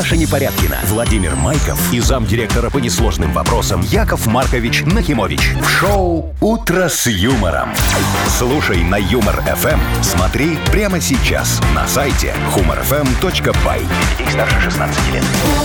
Маша Непорядкина, Владимир Майков и замдиректора по несложным вопросам Яков Маркович Нахимович. В шоу «Утро с юмором». Слушай на Юмор-ФМ. Смотри прямо сейчас на сайте humorfm.by. Для детей старше 16 лет.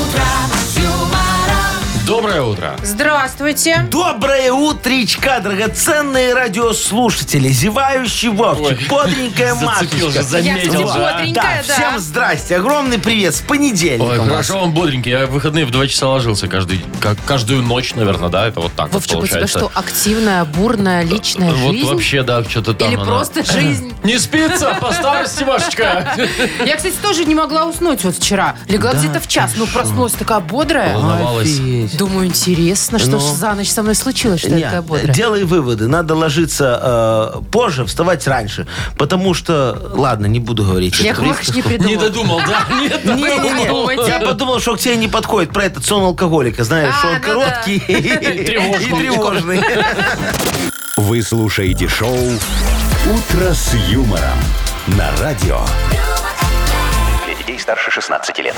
Доброе утро. Здравствуйте. Доброе утречка, драгоценные радиослушатели. Зевающий Вовчик, бодренькая Зацепил же, Машечка. заметил Я же. бодренькая, да. Всем здрасте, огромный привет, с Ой, понедельником вас. хорошо вам бодренький. Я в выходные в 2 часа ложился каждую ночь, наверное, да? Это вот так вот Вовчик, у тебя получается. что, активная, бурная личная Вот жизнь? вообще, да, что-то там Или она- просто жизнь? Не спится по старости, Машечка. Я, кстати, тоже не могла уснуть вот вчера. Легла где-то в час, но проснулась такая бодрая. Волновалась. Офигеть. Думаю, интересно, что ж за ночь со мной случилось, что я Не, такая бодрая. делай выводы. Надо ложиться позже, вставать раньше. Потому что, ладно, не буду говорить. Я Маркович не придумал. Не додумал, да? Нет, Не-не-не, подумайте. я подумал, что к тебе не подходит про этот сон алкоголика. Знаешь, что он ну да. короткий и тревожный. Вы слушаете шоу «Утро с юмором» на радио. Для детей старше 16 лет.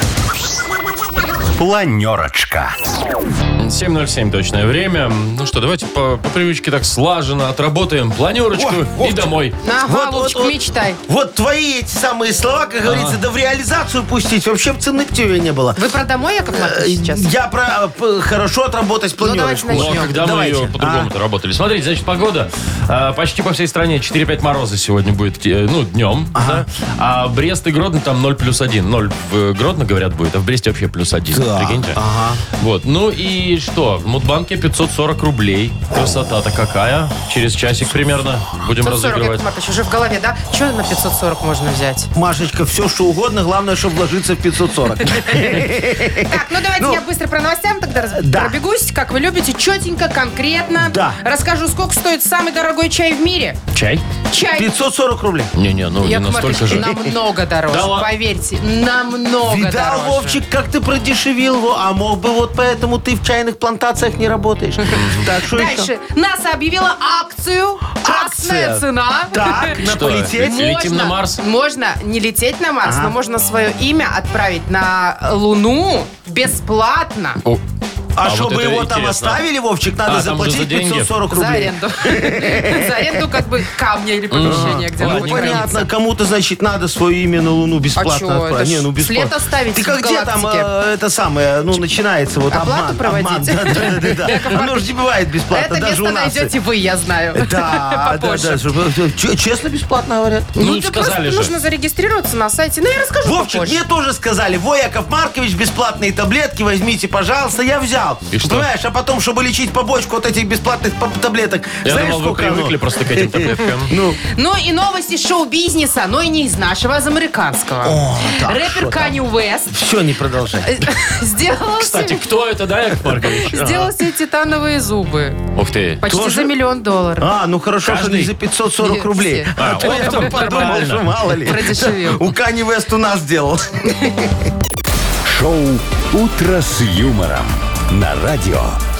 Планерочка. 7:07 точное время. Ну что, давайте по привычке так слаженно отработаем планерочку О, и Вовчик. домой. Ага, Вовчик, мечтай. Вот твои эти самые слова, как говорится, да в реализацию пустить. Вообще в цены птеве не было. Вы про домой, Яков Маркович, сейчас? Я про хорошо отработать планерочку. давайте Ну, а начнем. когда мы Давайте. ее по-другому-то работали? Смотрите, значит, погода. Почти по всей стране 4-5 мороза сегодня будет, днем. Да? А Брест и Гродно там 0 плюс 1. 0 в Гродно, говорят, будет, а в Бресте вообще плюс 1. Да. Прикиньте. Вот. Ну и что? В Мудбанке 540 рублей. Красота-то какая. Через часик примерно будем 540, разыгрывать. Яков Маркович, уже в голове, да? Что на 540 можно взять? Машечка, все что угодно, главное, чтобы вложиться в 540. Так, ну давайте я быстро про новостям тогда Да. пробегусь. Как вы любите, четенько, конкретно. Да. Расскажу, сколько стоит самый дорогой чай в мире. Чай? Чай. 540 рублей. Не-не, ну не Яков настолько Маркович, же. намного дороже, Да ладно. поверьте, намного Видал, дороже. Вовчик, как ты продешевил, а мог бы вот поэтому ты в чайных плантациях не работаешь. Так, что еще? Дальше. НАСА объявила акцию «Красная Акция. цена». Так, на Что, полететь? летим на Марс? Можно не лететь на Марс, Ага. но можно свое имя отправить на Луну бесплатно. О, А вот чтобы это его там интересно. оставили, Вовчик, надо там же за заплатить деньги. 540 За рублей. аренду. За аренду как бы камня или помещения, где Ну, он будет понятно, храниться. кому-то, значит, надо свое имя на Луну бесплатно А чё, это отправить. ж Не, ну бесплатно. след оставить Ты в как где там галактике. это самое, ну, начинается вот Оплату обман. проводить? Да. Оно же не бывает бесплатно, Это даже место у нас. найдете вы, я знаю. Да, Попозже. честно бесплатно говорят. Ну, это сказали просто же. нужно зарегистрироваться на сайте. Ну, я расскажу Вовчик, попозже. мне тоже сказали, во, Яков Маркович, бесплатные таблетки возьмите, пожалуйста. Я взял. И что? Понимаешь, а потом, чтобы лечить побочку вот этих бесплатных таблеток, Я знаешь, думал, вы сколько оно? привыкли просто к этим таблеткам. Ну и новости шоу-бизнеса, но и не из нашего, а из американского. О, так, Рэпер что там? Канье Уэст Все, не продолжай. сделал Кстати, себе, кто это, да, Яков Маркович? сделал себе титановые зубы. Ух ты. Почти Тоже? за $1 миллион. А, ну хорошо, что Каждый? не за 540 рублей. Все. А то вот я это бы подумал, нормально. что мало ли. Продешевил. У Кани Вест у нас сделал. Шоу «Утро с юмором» на радио.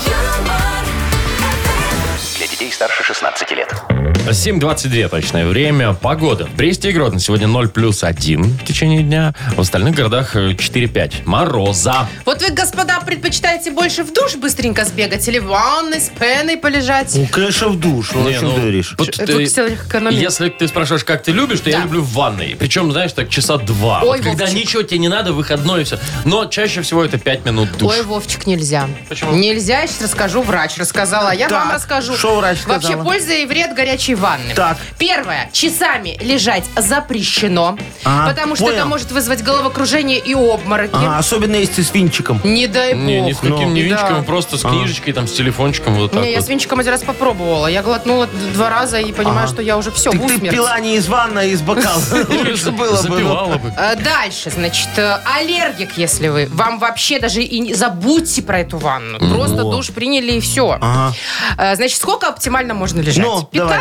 Для детей старше 16 лет. 7:22 точное время. Погода. В Бресте и Гродно сегодня 0 плюс 1 в течение дня. В остальных городах 4-5. Мороза. Вот вы, господа, предпочитаете больше в душ быстренько сбегать или в ванной с пеной полежать? Ну, конечно, в душ. Ну, о Не, чем ну, ты говоришь? вот Это ты- все экономит. Если ты спрашиваешь, как ты любишь, то я Да. люблю в ванной. Причем, знаешь, так часа 2. Ой, Вот когда Вовчик. ничего тебе не надо, выходной и все. Но чаще всего это 5 минут душ. Ой, Вовчик, нельзя. Почему? Нельзя, я сейчас расскажу, врач рассказала, а я Так, вам расскажу. шо врач сказала? Вообще, польза и вред горячей ванны. Так. Первое. Часами лежать запрещено, А, потому что понял. это может вызвать головокружение и обмороки. А, особенно если с винчиком. Не дай бог. Не, ни с каким не винчиком, Да. просто с книжечкой, там, с телефончиком, вот так Не, я вот. с винчиком один раз попробовала. Я глотнула 2 раза и понимаю, что я уже все, в Так ты усмерть. пила не из ванны, а из бокала. Или Лучше было бы. ну. запивала бы. Дальше, значит, аллергик, если вы. Вам вообще даже и не забудьте про эту ванну. Просто душ приняли и все. Ага. Значит, сколько оптимально можно лежать? Ну, 15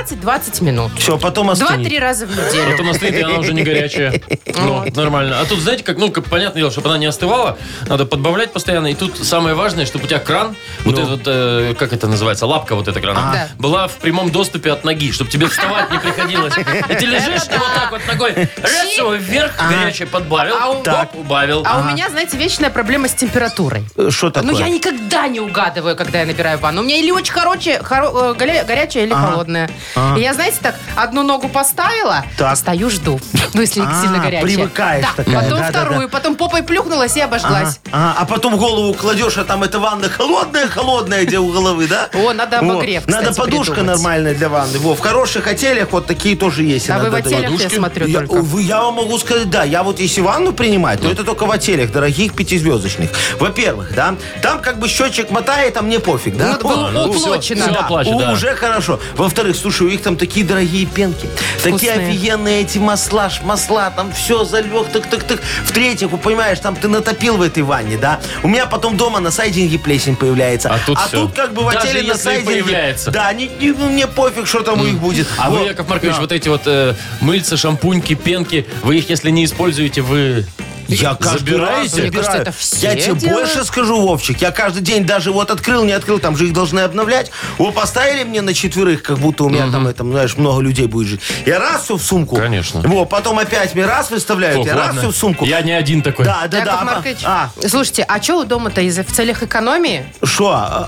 15-20 минут. Все, потом остынет. 2-3 раза в неделю. Потом остынет, и она уже не горячая. Ну, нормально. А тут, знаете, как понятное дело, чтобы она не остывала, надо подбавлять постоянно. И тут самое важное, чтобы у тебя кран, вот этот, как это называется, лапка вот эта крана, Да. была в прямом доступе от ноги, чтобы тебе вставать не приходилось. И ты лежишь, и вот так вот ногой, раз его вверх, горячее подбавил, оп, убавил. А у меня, знаете, вечная проблема с температурой. Что такое? Ну, я никогда не угадываю, когда я набираю ванну. У меня или очень горячая, или холодная. И я, знаете, так, одну ногу поставила, Так. стою, жду. Ну, если сильно горячая. привыкаешь Да, такая, потом да-да-да. вторую, потом попой плюхнулась и обожглась. А потом голову кладешь, а там эта ванна холодная, где у головы, да? О, надо обогрев, Надо кстати, подушка придумать. нормальная для ванны. В хороших отелях вот такие тоже есть. А вы в иногда дают. отелях, я смотрю, Я, только. я вам могу сказать, да, я вот если ванну принимать, то это только в отелях дорогих пятизвездочных. Во-первых, да, там как бы счетчик мотает, а мне пофиг, да? Ну, уплочено. Всё оплачено, да. Уже хорошо. Во-вторых, слушай, у них там такие дорогие пенки, такие Вкусные. офигенные эти масла, там все залег, так. В-третьих, вы понимаешь, там ты натопил в этой ванне, да? У меня потом дома на сайдинге плесень появляется. А тут всё. тут как бы в Даже отеле на если и сайдинге... появляется. Да, мне пофиг, что там у них будет. А Вот. вы, Яков Маркович, Да. вот эти вот мыльца, шампуньки, пенки, вы их, если не используете, вы Я каждый раз забираете? Мне кажется, забираю. это все Я тебе делают. больше скажу, Вовчик. Я каждый день даже вот открыл, не открыл, там же их должны обновлять. Вот поставили мне на 4, как будто у меня там, знаешь, много людей будет жить. Я раз все в сумку. Конечно. Вот, потом опять мне раз выставляют, Ох, я раз ладно. все в сумку. Я не один такой. Да. Яков Маркович, А, слушайте, а что у дома-то в целях экономии? что?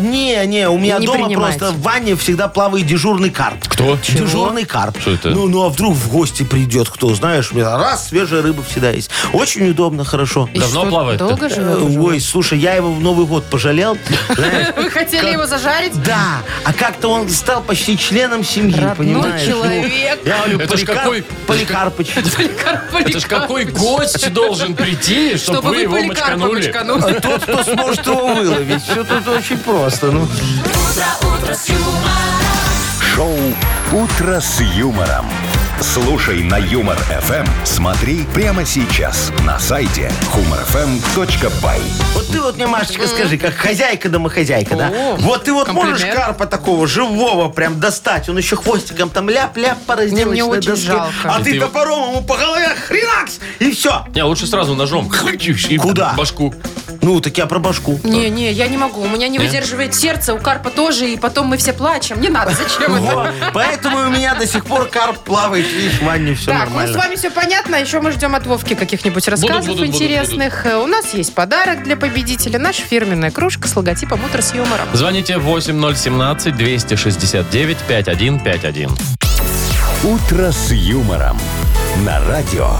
Не, у меня Не дома принимайте. просто в ванне всегда плавает дежурный карп. Кто? Дежурный карп. Что это? Ну, а вдруг в гости придет кто, знаешь, у меня раз, свежая рыба всегда есть. Очень удобно, хорошо. И Давно что, плавает-то? Долго живет уже? Ой, слушай, я его в Новый год пожалел. Знаешь, Вы хотели его зажарить? да, а как-то он стал почти членом семьи, Родной понимаешь? Ну, человек. я говорю, Это ж какой- Поликарпыч. Это ж какой гость должен прийти, чтобы вы его поликарпа мочканули. мочканули. Тот, кто сможет его выловить. Все тут очень просто. Ну. Шоу «Утро с юмором». Слушай на Юмор ФМ. Смотри прямо сейчас на сайте humorfm.by. Вот ты вот мне, Машечка, скажи, как хозяйка-домохозяйка, да? О, Вот ты вот комплимент. можешь карпа такого живого прям достать, он еще хвостиком там ляп-ляп по разделочной Мне очень доске. жалко. А И ты ты вот- топором ему по голове хренакс, и все. Не, лучше сразу ножом. И Куда? башку. Ну, так я про башку. Не, я не могу. У меня не выдерживает сердце, у карпа тоже, и потом мы все плачем. Не надо, зачем это? Вот. Поэтому у меня до сих пор карп плавает, видишь, в ванне все Так, ну нормально. с вами все понятно. Еще мы ждем от Вовки каких-нибудь рассказов Будут. интересных. У нас есть подарок для победителя. Наша фирменная кружка с логотипом «Утро с юмором». Звоните 8017-269-5151. «Утро с юмором» на радио.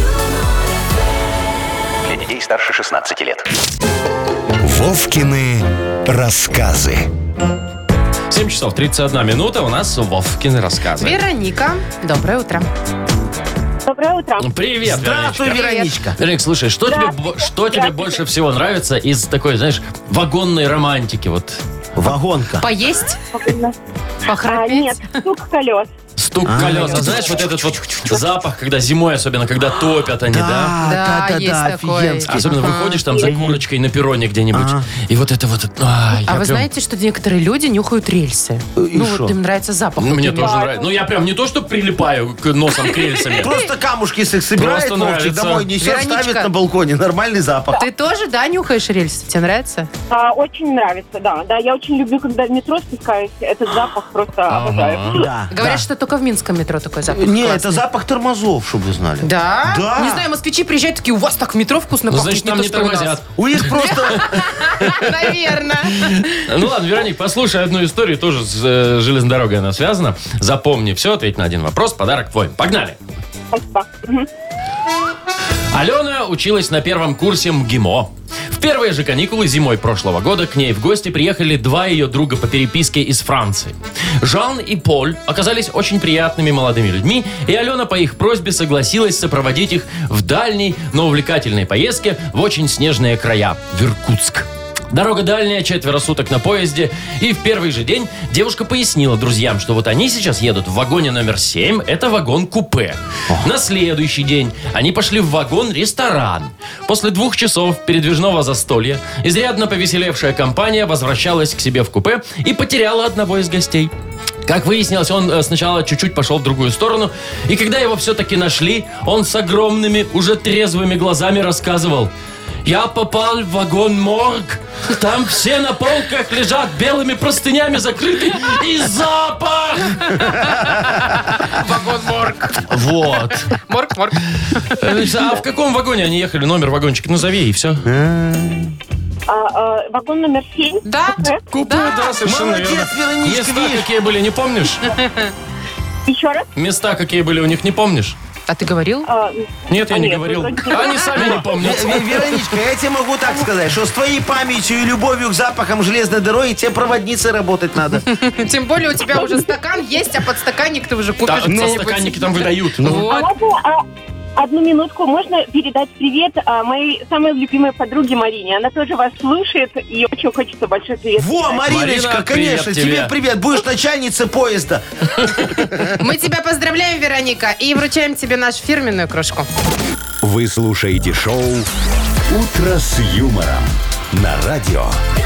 Для детей старше 16 лет. Вовкины рассказы. 7 часов 31 минута. У нас Вовкины рассказы. Вероника, доброе утро. Доброе утро. Привет, Здравствуй, Вероничка. Вероничка. Вероник, слушай, что тебе Здравствуйте. больше всего нравится из такой, знаешь, вагонной романтики? Вот Вагонка. Поесть? Нет, Похрапеть? стук колес. стук колес. А знаешь, вот этот вот запах, когда зимой, особенно когда топят они, да? Да, есть такое. офигенский. Особенно выходишь там за курочкой на перроне где-нибудь, и вот это вот... А вы знаете, что некоторые люди нюхают рельсы? Ну, шо? вот им нравится запах. Мне вот именно. тоже нравится. Ну, я прям не то, что прилипаю к носом к рельсами. Просто камушки с их собирает, Просто Вовчик, нравится. домой несет, Вероничка. ставит на балконе. Нормальный запах. Ты тоже, да, нюхаешь рельсы? Тебе нравится? Очень нравится, да. Да, я очень люблю, когда в метро спускаюсь. Этот запах просто обожаю. Да, Говорят, что только в Минском метро такой запах. Не, классный. это запах тормозов, чтобы вы знали. Да? Да. Не знаю, москвичи приезжают такие, у вас так в метро вкусно Ну, пахнет, значит, нам то, не что у нас». тормозят. У них просто... Наверное. Ну ладно, Вероник, послушай одну историю, тоже с железной дорогой она связана. Запомни все, ответь на один вопрос, подарок твой. Погнали. Спасибо. Мгм. Алена училась на первом курсе МГИМО. В первые же каникулы зимой прошлого года к ней в гости приехали два ее друга по переписке из Франции. Жан и Поль оказались очень приятными молодыми людьми, и Алена по их просьбе согласилась сопроводить их в дальней, но увлекательной поездке в очень снежные края – в Иркутск. Дорога дальняя, 4 суток на поезде, и в первый же день девушка пояснила друзьям, что вот они сейчас едут в вагоне номер 7, это вагон-купе. На следующий день они пошли в вагон-ресторан. После 2 часов передвижного застолья изрядно повеселевшая компания возвращалась к себе в купе и потеряла одного из гостей. Как выяснилось, он сначала чуть-чуть пошел в другую сторону, и когда его все-таки нашли, он с огромными, уже трезвыми глазами рассказывал: «Я попал в вагон-морг, там все на полках лежат белыми простынями закрыты, и запах!» Вагон-морг. Вот. Морг. А в каком вагоне они ехали? Номер вагончика назови, и все. Вагон номер 7. Да? Купе, да, совершенно Молодец, верно. Вероничка, Места видишь? какие были, не помнишь? Еще раз? Места какие были у них, не помнишь? А ты говорил? Нет, я не нет, говорил. вроде не Они сами не помнят. Вероничка, я тебе могу так сказать, что с твоей памятью и любовью к запахам железной дороги тебе проводницей работать надо. Тем более у тебя уже стакан есть, а подстаканник ты уже купишь Да, где-нибудь. подстаканники там выдают. А Вот. можно одну минутку? Можно передать привет моей самой любимой подруге Марине? Она тоже вас слушает и очень хочется большой привет. Во, передать. Мариночка, Марина, конечно, привет тебе тебе. привет. Будешь начальницей поезда. Мы тебя поздравляем, Вероника, и вручаем тебе нашу фирменную кружку. Вы слушаете шоу «Утро с юмором» на радио.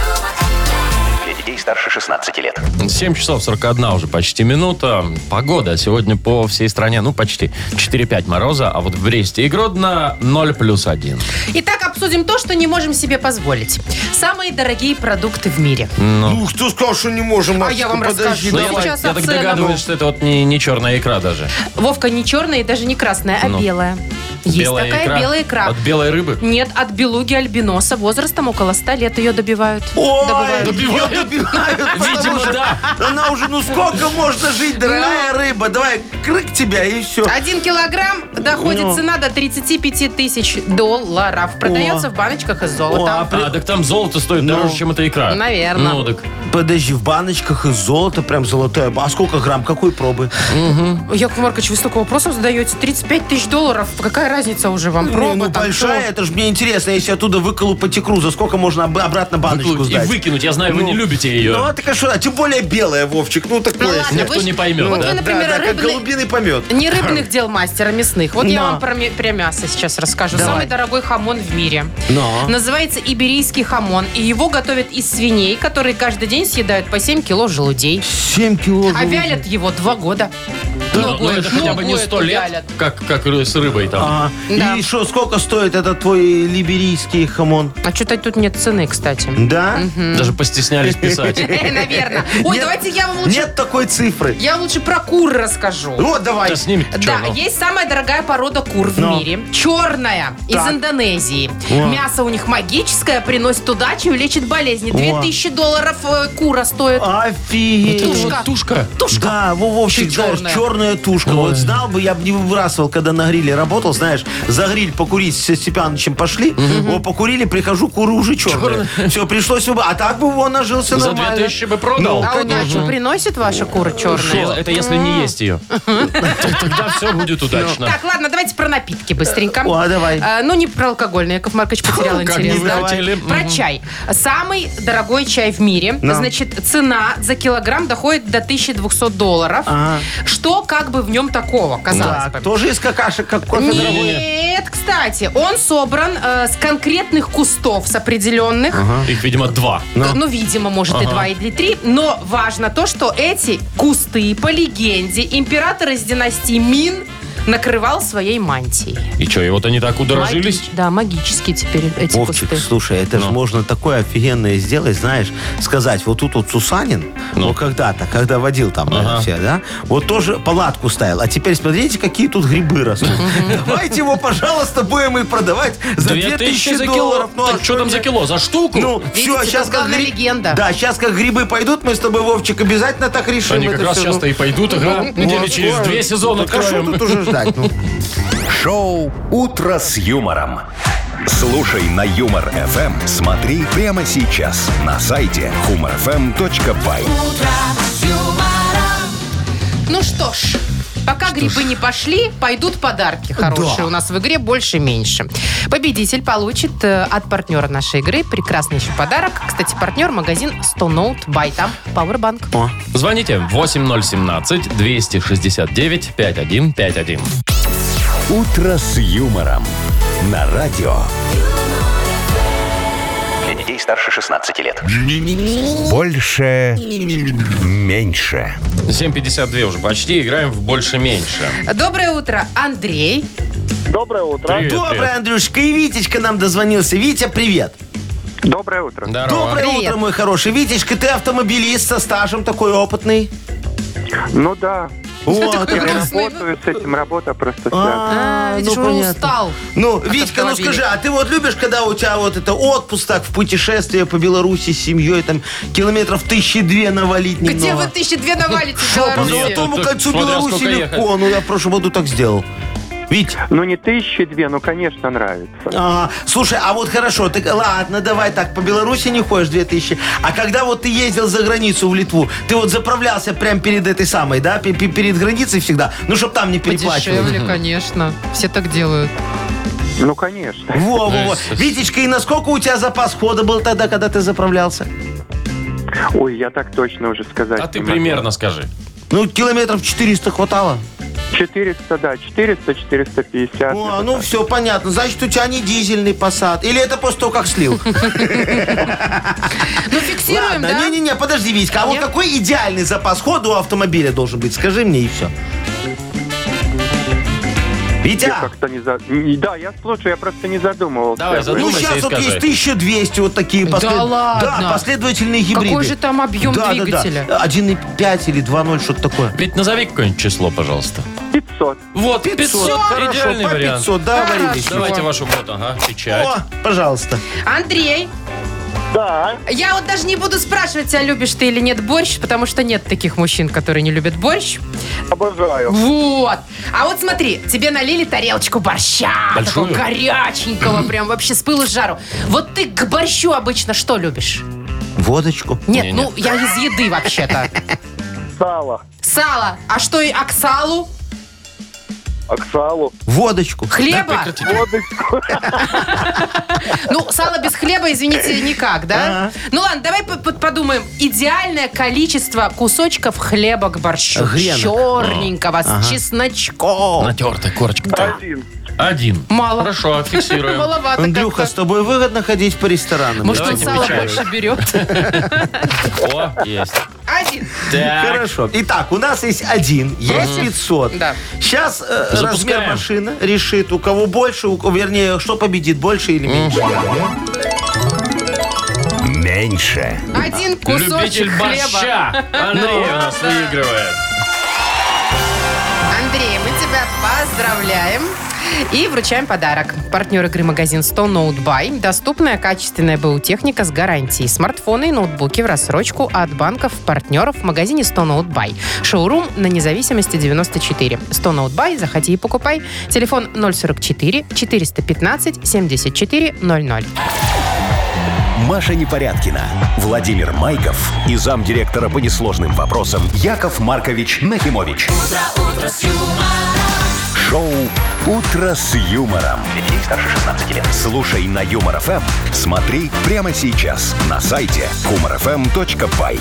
Для детей старше 16 лет. 7 часов 41 уже почти минута. Погода сегодня по всей стране, ну, почти 4-5 мороза, а вот в Бресте и Гродно 0+1. Итак, обсудим то, что не можем себе позволить. Самые дорогие продукты в мире. Ну, кто сказал, что не можем? А я вам Подожди, расскажу. Ну, давай. Сейчас я о так ценах. догадываюсь, что это вот не черная икра даже. Вовка, не черная и даже не красная, а Ну. белая. Есть Белая такая икра. белая икра. От белой рыбы? Нет, от белуги альбиноса. Возрастом около 100 лет ее добивают. Ой, Добывают. её добивают, потому Видимо, что да. Она уже, ну сколько можно жить, дорогая рыба? Давай, крык тебя и все. 1 килограмм доходит Ну. цена до 35 тысяч долларов. Продается в баночках из золота. А, так там золото стоит дороже, чем эта икра. Наверно. Ну, так. Подожди, в баночках из золота, прям золотая. А сколько грамм, какой пробы? Яков Маркович, вы столько вопросов задаете. 35 тысяч долларов. Какая разница уже вам? Проба, ну там, большая, что? это же мне интересно, если оттуда выколупать икру, за сколько можно обратно баночку И сдать? выкинуть. Я знаю, вы не любите ее. Ну, а так а что, тем более белая, Вовчик, ну такое. Ну ладно, Никто вы ж- не поймет, Вот да? вы, например, да, как рыбный... голубиный помет. Не рыбных дел мастера, мясных. Вот я Но. вам про мясо сейчас расскажу. Давай. Самый дорогой хамон в мире. Но. Называется иберийский хамон. И его готовят из свиней, которые каждый день съедают по 7 кило желудей. 7 кило. А вялят его 2 года. Ну, это хотя бы не 100 лет, вялят. как с рыбой там. Ага. Да. И что, сколько стоит этот твой либерийский хамон? А что-то тут нет цены, кстати. Да? Даже постеснялись писать. Наверное. Ой, Нет. давайте я вам лучше... Нет такой цифры. Я вам лучше про кур расскажу. Вот, давай. Да с ними Да, есть самая дорогая порода кур в Ну. мире. Черная, из Так. Индонезии. О. Мясо у них магическое, приносит удачу и лечит болезни. 2000 долларов кура стоит. Офигеть. Тушка. Тушка. Тушка. Да, Вовчик, знаешь, Черная. черная тушка. Вот знал бы, я бы не выбрасывал, когда на гриле работал, знаешь, за гриль покурить с Степановичем пошли, покурили, прихожу, куры уже черные. Все, пришлось выбрать. А так бы он нажился За нормально. 2000 бы продал. Ну, А удачу приносит ваша кура черная? Это если не есть ее. Тогда все будет удачно. Так, ладно, давайте про напитки быстренько. О, давай. Ну, не про алкогольный. Яков Маркович потерял Как интерес. не вы да. хотели. Про чай. Самый дорогой чай в мире. Да. Значит, цена за килограмм доходит до 1200 долларов. Ага. Что как бы в нем такого, казалось бы? Так, тоже из какашек, как кофе дорогой? Нет, кстати, он собран с конкретных кустов, с определенных. Их, видимо, 2. Ну, видимо, может и 2 или 3. Но важно то, что эти кусты, по легенде, император из династии Мин накрывал своей мантией. И что, и вот они так удорожились? Да, магические теперь эти Вовчик, кусты. слушай, это же можно такое офигенное сделать, знаешь, сказать, вот тут вот Сусанин, вот когда-то, когда водил там все, да, вот тоже палатку ставил, а теперь смотрите, какие тут грибы растут. Давайте его, пожалуйста, будем их продавать за 2000 за долларов. кило. Ну, а Так что там за кило? За штуку? Ну, Видите, все, сейчас это как главная легенда. Да, сейчас как грибы пойдут, мы с тобой, Вовчик, обязательно так решим. Они как это раз всё. сейчас-то и пойдут, ага. Недели через 2 сезон Так а что откроем. тут уже ждать? Ну. Шоу «Утро с юмором». Слушай на Юмор ФМ. Смотри прямо сейчас на сайте humorfm.by. Ну что ж, пока грибы не пошли, пойдут подарки хорошие. Да. У нас в игре больше-меньше. Победитель получит от партнера нашей игры прекрасный еще подарок. Кстати, партнер магазин 100 Note by. Там Powerbank. Звоните 8017-269-5151. «Утро с юмором» на радио. Для детей детей старше 16 лет. Больше. Меньше. 7:52 уже почти. Играем в больше-меньше. Доброе утро, Андрей. Доброе утро. Привет, Доброе, привет. Андрюшка. И Витечка нам дозвонился. Витя, привет. Доброе утро. Здорово. Доброе Привет. утро, мой хороший. Витечка, ты автомобилист со стажем, такой опытный. Ну да. О, Я ты работаю с этим, работа просто связана. Видишь, ну, уже понятно. устал. Ну, от Витька, ну автомобиля. скажи, а ты вот любишь, когда у тебя вот это отпуск так в путешествие по Беларуси с семьей, там километров 1200 навалить немного? Где вы 1200 навалите в Шо, по Беларуси? Золотому тут кольцу смотря Беларуси сколько легко. ехать. Ну, я в прошлом году так сделал. Вить, Ну не 1200, ну конечно нравится. слушай, а вот хорошо, ты, ладно, давай так, по Беларуси не ходишь 2000, а когда вот ты ездил за границу в Литву, ты вот заправлялся прям перед этой самой, да, перед границей всегда, ну, чтоб там не переплачивать. Подешевле, конечно. Все так делают. Ну конечно. Во. Витечка, и насколько у тебя запас хода был тогда, когда ты заправлялся? Ой, я так точно уже сказать А ты не могу. примерно скажи. Ну, километров 400 хватало. 400, да, 400, 450. О, ну все понятно. Значит, у тебя не дизельный посад. Или это после того, как слил? Ну, фиксируем, Ладно, да? не-не-не, подожди, Витька, а вот Нет? какой идеальный запас хода у автомобиля должен быть? Скажи мне и все. Витя, Я как-то Да, я слушаю, я просто не задумывался. Давай, ну задумайся и сейчас вот скажи. есть 1200 вот такие Да ладно? Да, последовательные гибриды. Какой же там объем двигателя? Да. 1,5 или 2,0, что-то такое. Ведь назови какое-нибудь число, пожалуйста. 500. Вот, 500. Хорошо, Идеальный по вариант. 500, договорились. Давайте вашу вот, печать. О, пожалуйста. Андрей, Да. я вот даже не буду спрашивать тебя, любишь ты или нет борщ, потому что нет таких мужчин, которые не любят борщ. Обожаю. Вот. А вот смотри, тебе налили тарелочку борща. Большую? Такого горяченького, прям вообще с пылу с жару. Вот ты к борщу обычно что любишь? Водочку. Нет, Не-не. ну я из еды вообще-то. Сало. Сало. А что и к салу? Оксалу. Водочку. Хлеба? Водочку. Ну, сало без хлеба, извините, никак, да? Ну ладно, давай подумаем. Идеальное количество кусочков хлеба к борщу. Гренок. Черненького, с чесночком. Натертая корочка. Один. Один. Мало. Хорошо, фиксируем. Маловато Андрюха, как-то. с тобой выгодно ходить по ресторанам. Может, он Давайте сало печаль. больше берет? О, есть. Один. Так. Хорошо. Итак, у нас есть 1, есть 500. Да. Сейчас размер Запускаем. машины решит, у кого больше, вернее, что победит, больше или меньше. Меньше. Один кусочек Любитель хлеба. борща. Андрей у нас выигрывает. Андрей, мы тебя поздравляем. И вручаем подарок. Партнер игры магазин 100 Ноутбай. Доступная качественная БУ техника с гарантией. Смартфоны и ноутбуки в рассрочку от банков-партнеров в магазине 100 Ноутбай. Шоурум на Независимости 94. 100 Ноутбай. Заходи и покупай. Телефон 044 415 74 00. Маша Непорядкина, Владимир Майков и замдиректора по несложным вопросам Яков Маркович Нахимович. Шоу «Утро с юмором». Для детей старше 16 лет. Слушай на Юмор ФМ. Смотри прямо сейчас на сайте humorfm.by.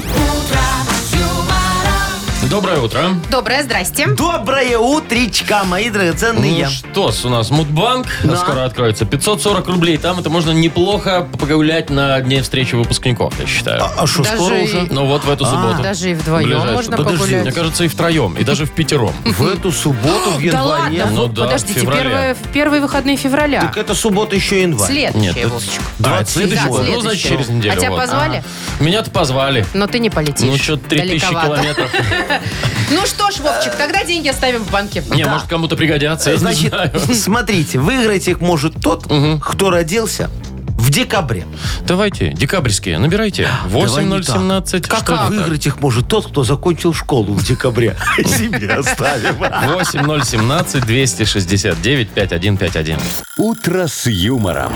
Доброе утро. Доброе, здрасте. Доброе утречка, мои драгоценные. Ну что у нас, Мудбанк Да. скоро откроется. 540 рублей. Там это можно неплохо погулять на дне встречи выпускников, я считаю. А что, Даже скоро и- уже? Ну вот в эту субботу. Даже и вдвоем Ближайшую. можно Подожди, погулять. Мне кажется, и втроем, и даже в пятером. В эту субботу, в Да январе? ладно, Ну вот да, в подождите, феврале. первые выходные февраля. Так это суббота еще январь. Следующая, Нет, это Вовчик. это следующий Да, год. Ну, значит, следующая. через неделю. А тебя вот. позвали? Меня-то позвали. Но ты не полетишь. Ну, что-то 3000 Далековато. километров. Ну что ж, Вовчик, тогда деньги оставим в банке. Не, может, кому-то пригодятся, я не Значит, знаю. смотрите, выиграть их может тот, кто родился в декабре. Давайте, декабрьские, набирайте. Давай не так. 8017. Как что не так? выиграть их может тот, кто закончил школу в декабре? Себе оставим. 8017 269 5151. «Утро с юмором».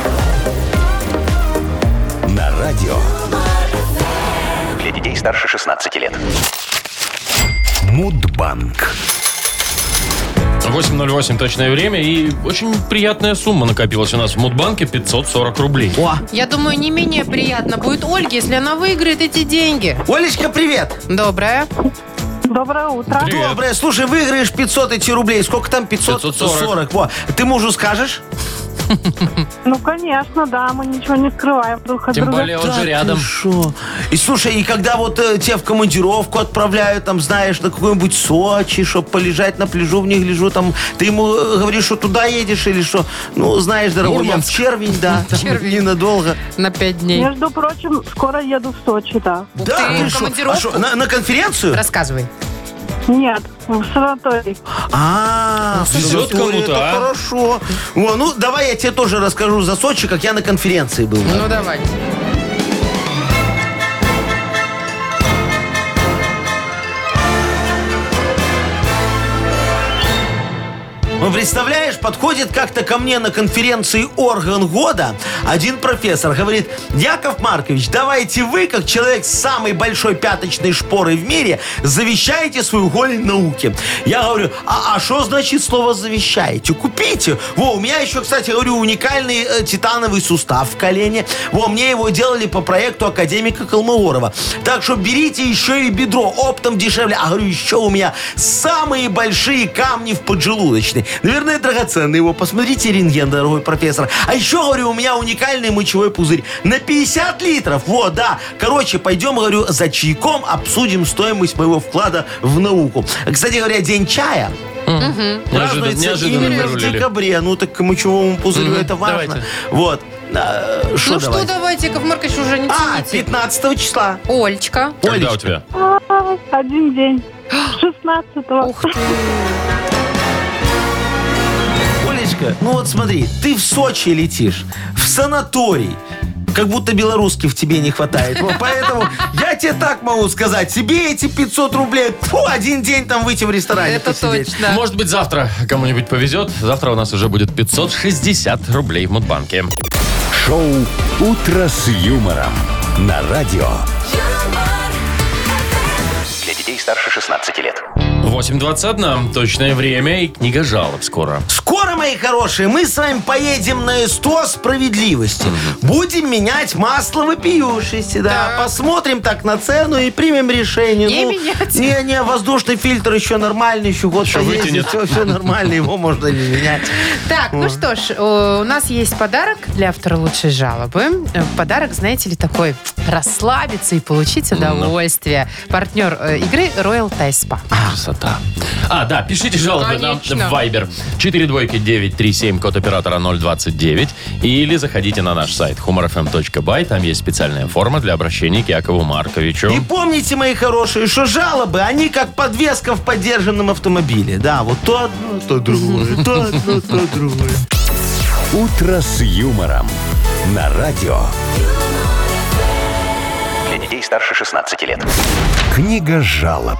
На радио Для детей старше 16 лет. Мудбанк. 8:08 точное время, и очень приятная сумма накопилась у нас в Мудбанке, 540 рублей. О, Я думаю, не менее приятно будет Ольге, если она выиграет эти деньги. Олечка, привет. Доброе. Доброе утро. Привет. Доброе. Слушай, выиграешь 500 эти рублей. Сколько там? 540. 540. Во. Ты мужу скажешь? Ну, конечно, да, мы ничего не скрываем друг от Тем друга. более он же рядом. Шо? И слушай, и когда вот тебя в командировку отправляют, там, знаешь, на какой-нибудь Сочи, чтобы полежать на пляжу, в них лежу, там, ты ему говоришь, что туда едешь или что? Ну, знаешь, дорогой, я в Мурманск. Червень, да, там, Червень. ненадолго. На 5 дней. Между прочим, скоро еду в Сочи, да. Да, ты, ты шо? командировку? А шо, на конференцию? Рассказывай. Нет, в санаторий. Везет санаторий, кому-то, это а? хорошо. О, ну, давай я тебе тоже расскажу за Сочи, как я на конференции был. Ну, давайте. Ну, представляешь, подходит как-то ко мне на конференции «Орган года» один профессор, говорит: Яков Маркович, давайте вы, как человек с самой большой пяточной шпорой в мире, завещаете свою голень науке. Я говорю: а что значит слово «завещаете»? Купите. Во, у меня еще, кстати, говорю, уникальный титановый сустав в колене. Во, мне его делали по проекту академика Колмогорова. Так что берите еще и бедро, оптом дешевле. А говорю, еще у меня самые большие камни в поджелудочной. Наверное, драгоценный его. Посмотрите рентген, дорогой профессор. А еще, говорю, у меня уникальный мочевой пузырь. На 50 литров. Вот, да. Короче, пойдем, говорю, за чайком обсудим стоимость моего вклада в науку. Кстати говоря, день чая празднуется Неожиданно именно в вырулили. декабре. Ну, так к мочевому пузырю это важно. давайте. Вот. Ну что давайте, Яков Маркович, уже не тяните. 15 числа. Олечка. Когда у тебя? Один день. 16-го. Ух ты. Олечка, ну вот смотри, ты в Сочи летишь, в санаторий. Как будто белорусских в тебе не хватает. Вот поэтому я тебе так могу сказать. Себе эти 500 рублей, один день там выйти в ресторане Это посидеть. точно. Может быть, завтра кому-нибудь повезет. Завтра у нас уже будет 560 рублей в Мудбанке. Шоу «Утро с юмором» на радио. Для детей старше 16 лет. 8:21. Точное время и книга жалоб скоро. Скоро, мои хорошие, мы с вами поедем на СТО справедливости. Будем менять масло вопиюшести, да. Так. Посмотрим так на цену и примем решение. Не менять. Не, воздушный фильтр еще нормальный, еще год Еще поездит, вытянет. все нормально, его можно не менять. Так, ну что ж, у нас есть подарок для автора лучшей жалобы. Подарок, знаете ли, такой: расслабиться и получить удовольствие. Партнер игры Royal Thai Spa. Красота. Да, пишите жалобы нам Конечно. в Viber 42937, код оператора 029. Или заходите на наш сайт humorfm.by. Там есть специальная форма для обращения к Якову Марковичу. И помните, мои хорошие, что жалобы, они как подвеска в подержанном автомобиле. Да, вот то одно, то другое, то одно, то другое. «Утро с юмором» на радио. Для детей старше 16 лет. Книга жалоб.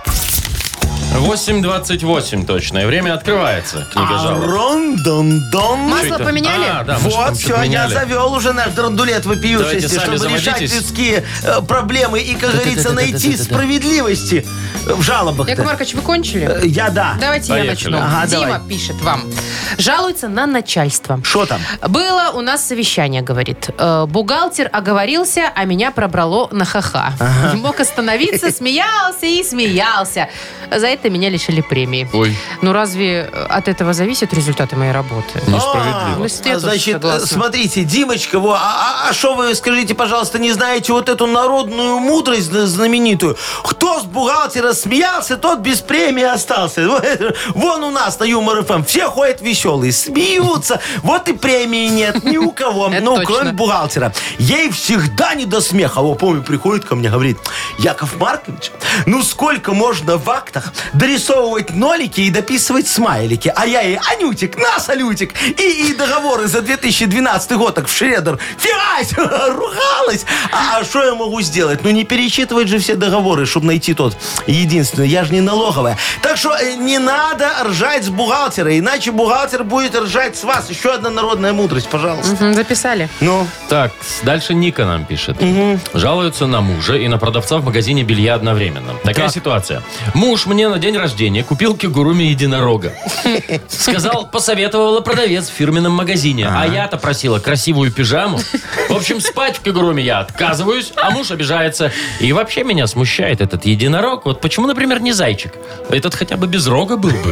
8:28 точное время, открывается книга жалоб. Рон-дон-дон. Масло поменяли? Да, мы же там Вот, что-то все, я меняли. завел уже наш драндулет Давайте вопиющести, сами чтобы решать заводитесь. людские проблемы и, как говорится, найти справедливости в жалобах. Яков Маркович, вы кончили? Я да. Давайте Поехали. я начну. Ага, Дима давай. пишет вам. Жалуется на начальство. Что там? Было у нас совещание, говорит. Бухгалтер оговорился, а меня пробрало на ха-ха. Не мог остановиться, смеялся и смеялся. За это меня лишили премии. Ой, Ну разве от этого зависят результаты моей работы? несправедливо. Ну, если я тоже Значит, согласна. смотрите, Димочка, а что вы, скажите, пожалуйста, не знаете вот эту народную мудрость знаменитую? Кто с бухгалтера смеялся, тот без премии остался. Вон у нас на Юмор ФМ все ходят веселые, смеются, вот и премии нет ни у кого, Это ну, точно. кроме бухгалтера. Ей всегда не до смеха. Вот, помню, приходит ко мне, говорит: Яков Маркович, ну сколько можно в актах дорисовывать нолики и дописывать смайлики? А я ей: Анютик, на, салютик. И договоры за 2012 год так в шредер. Фигась! Ругалась! А что я могу сделать? Ну не перечитывать же все договоры, чтобы найти тот единственный. Я же не налоговая. Так что не надо ржать с бухгалтера, иначе бухгалтер будет ржать с вас. Еще одна народная мудрость, пожалуйста. Мгм, записали. Ну, Так, дальше Ника нам пишет. Жалуются на мужа и на продавца в магазине белья одновременно. Такая ситуация. Муж мне на день рождения купил кигуруми единорога. Сказал, посоветовала продавец в фирменном магазине. А я-то просила красивую пижаму. общем, спать в кигуруме я отказываюсь, а муж обижается. И вообще меня смущает этот единорог. Вот почему, например, не зайчик? Этот хотя бы без рога был бы.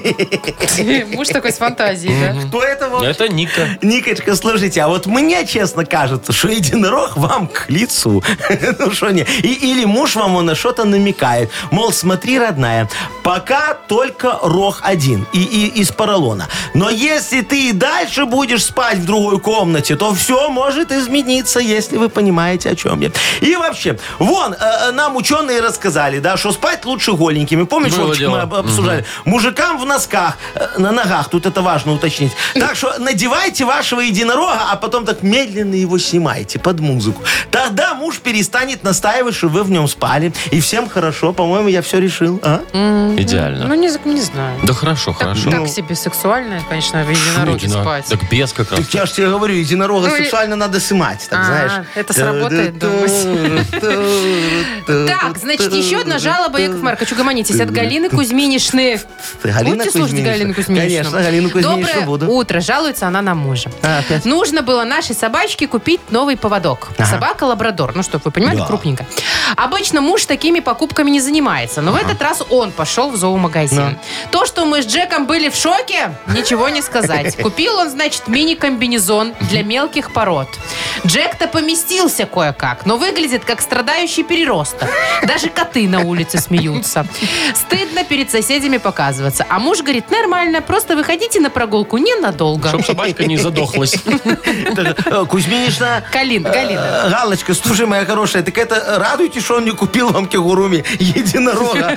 Муж такой с фантазией, да? Кто это, Вовчик? Это Ника. Никочка, слушайте, а вот мне честно кажется, что единорог вам к лицу. Ну что не? Или муж вам на что-то намекает. Мол, смотри, родная, пока только рог один и из поролона. Но если ты и дальше будешь спать в другой комнате, то все может измениться, если вы понимаете, о чем я. И вообще, вон, нам ученые рассказали, да, что спать лучше голенькими. Помнишь, Было Вовчик, мы дело. обсуждали? Мужикам в носках, на ногах, тут это важно уточнить. Так что надевайте вашего единорога, а потом так медленно его снимайте под музыку. Тогда муж перестанет настаивать, что вы в нем спали. И всем хорошо. По-моему, я все решил. А? Идеально. Ну, не знаю. Да хорошо, хорошо. Так себе сексуально, конечно, в единороге Единорог. спать. Так без как раз. Так я же тебе говорю, единорога Ну и- сексуально надо снимать, так знаешь. Это сработает, думаете? Так, значит, еще одна жалоба, Яков Маркович, угомонитесь, от Галины Кузьминишны. Галина Будете слушать Кузьминишна? Галину Кузьминишну? Конечно, Галину Кузьминишну Доброе буду. утро. Жалуется она на мужа. Опять? Нужно было нашей собачке купить новый поводок. Собака лабрадор. Ну, чтобы вы понимали, Да. крупненькая. Обычно муж такими покупками не занимается. Но в этот раз он пошел в зоомагазин. То, что мы с Джеком были в шоке, ничего не сказать. Купил он, значит, мини-комбинезон для мелких пород. Джек-то поместился кое-как, но выглядит как страдающий переросток. Даже коты на улице смеются. Стыдно перед соседями показываться. А муж говорит, нормально, просто выходите на прогулку ненадолго. Чтоб собачка не задохлась. Кузьминишна. Галина. Галочка, слушай, моя хорошая, так это радуйтесь, что он не купил вам кегуруми единорога.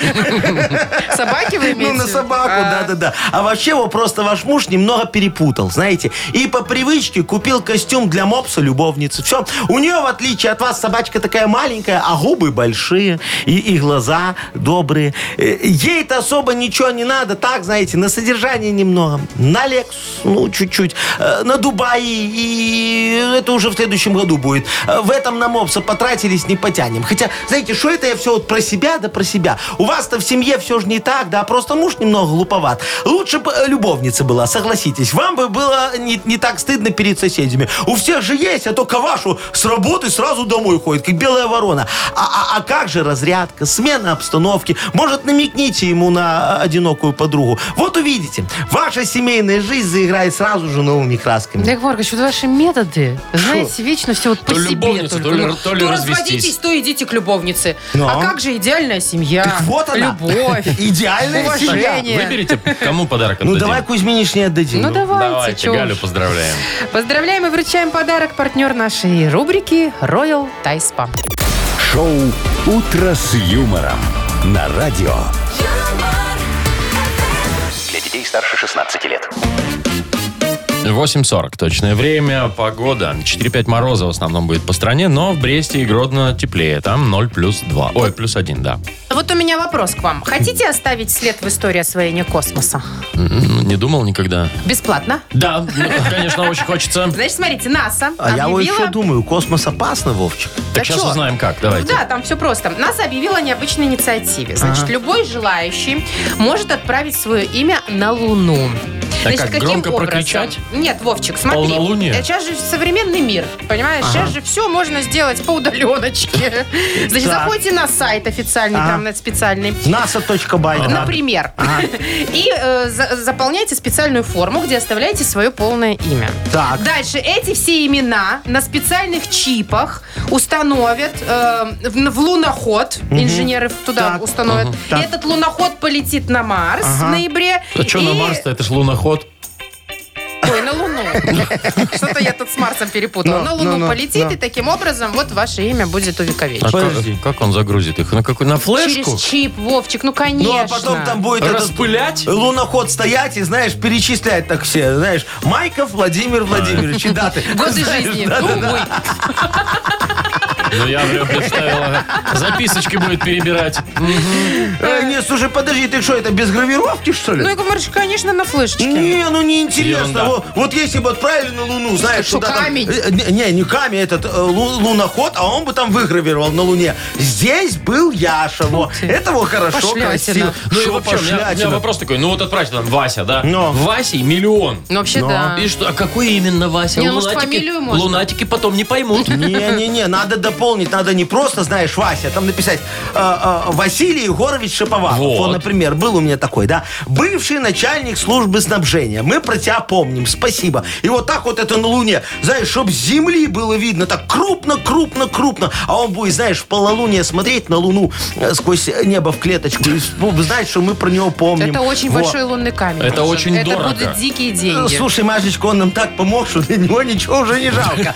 Собаки вы имеете? Ну, на собаку, да-да-да. А вообще, его просто ваш муж немного перепутал, знаете. И по привычке купил костюм для мопса-любовницы. Все. У нее, в отличие от вас, собачка такая маленькая, а губы большие, и глаза добрые. Ей-то особо ничего не надо. Так, знаете, на содержание немного. На Lexus, ну, чуть-чуть. На Дубай, и это уже в следующем году будет. В этом на мопса потратились, не потянем. Хотя, знаете, что это я все вот про себя, да про себя. У вас-то в семье все же не так, да, просто муж немного глуповат. Лучше бы любовница была, согласитесь. Вам бы было не так стыдно перед соседями. У всех же есть, а то Кавашу с работы сразу домой ходит, как белая ворона. А как же разрядка, смена обстановки? Может, намекните ему на одинокую подругу. Вот увидите, ваша семейная жизнь заиграет сразу же новыми красками. Яков Маркович, вот ваши методы, знаете, вечно все вот по То себе любовница, только. то ли То развестись. разводитесь, то идите к любовнице. Ну. А как же идеальная семья? Так вот она. Любовь. Идеальная семья. Уважение. Выберите, кому подарок Ну, отдадим. давай Кузьминишне отдадим. Ну, давайте, Давайте, чё Галю уж. поздравляем. Поздравляем и вручаем подарок партнер нашей рубрики Royal Thai Spa. Шоу «Утро с юмором» на радио. Для детей старше 16 лет. 8:40 точное время, погода. 4-5 мороза в основном будет по стране, но в Бресте и Гродно теплее. Там 0 плюс 2. Ой, плюс 1, да. Вот у меня вопрос к вам. Хотите оставить след в истории освоения космоса? Не думал никогда. Бесплатно? Да, ну, конечно, очень хочется. Значит, смотрите, НАСА А я вот объявила... еще думаю, космос опасно, Вовчик. Так Да сейчас чё? узнаем как, давайте. Да, там все просто. НАСА объявила о необычной инициативе. Значит, любой желающий может отправить свое имя на Луну. Так как, громко прокричать? Нет, Вовчик, смотри. Полнолуние? Сейчас же современный мир, понимаешь? Сейчас же все можно сделать по удаленочке. Значит, Так. заходите на сайт официальный, там специальный. NASA.by. Например. И заполняйте специальную форму, где оставляете свое полное имя. Так. Дальше эти все имена на специальных чипах установят в луноход. Инженеры туда Так. установят. Так. Этот луноход полетит на Марс в ноябре. А что на И- Марс-то? Это ж луноход. Ой, на Луну. Что-то я тут с Марсом перепутала. На Луну полетит, и таким образом вот ваше имя будет А увековечено. Подожди. как он загрузит их? На какой? На флешку? Через чип, Вовчик, ну Ну, конечно. а потом там будет этот Распылять? луноход стоять и, знаешь, перечислять так все. Знаешь, Майков Владимир Владимирович и даты. Годы Знаешь, жизни. да-да-да. Ну, ой. Ну, я прям представила. Записочки будет перебирать. Не, слушай, подожди, ты что, это без гравировки, что ли? Ну, Яков Маркович, конечно, на флешечке. Не, ну неинтересно. Ерунда. Вот если бы отправили на Луну, знаешь, Что, туда там- камень? Не камень, этот луноход, а он бы там выгравировал на Луне. Здесь был Яша, во. Это вот хорошо, Пошлятина. красиво. Ну и Шо вообще, у меня пошлятина? вопрос такой. Ну вот отправьте там Вася, да? Но. Васе миллион. Ну, вообще, да. И что, а какой именно Вася? Не, ну, может, фамилию можно? Лунатики потом не поймут. Не, надо дополнить, надо не просто, знаешь, Вася, там написать Василий Егорович Шаповалов. Вот. Вот, например, был у меня такой, да, бывший начальник службы снабжения. Мы про тебя помним, спасибо. И вот так вот это на Луне, знаешь, чтобы с Земли было видно, так крупно, а он будет, знаешь, в полнолуние смотреть на Луну сквозь небо в клеточку и знать, что мы про него помним. Это очень Во. большой лунный камень. Это нужен. очень Это дорого. будут дикие деньги. Слушай, Машечка, он нам так помог, что для него ничего уже не жалко.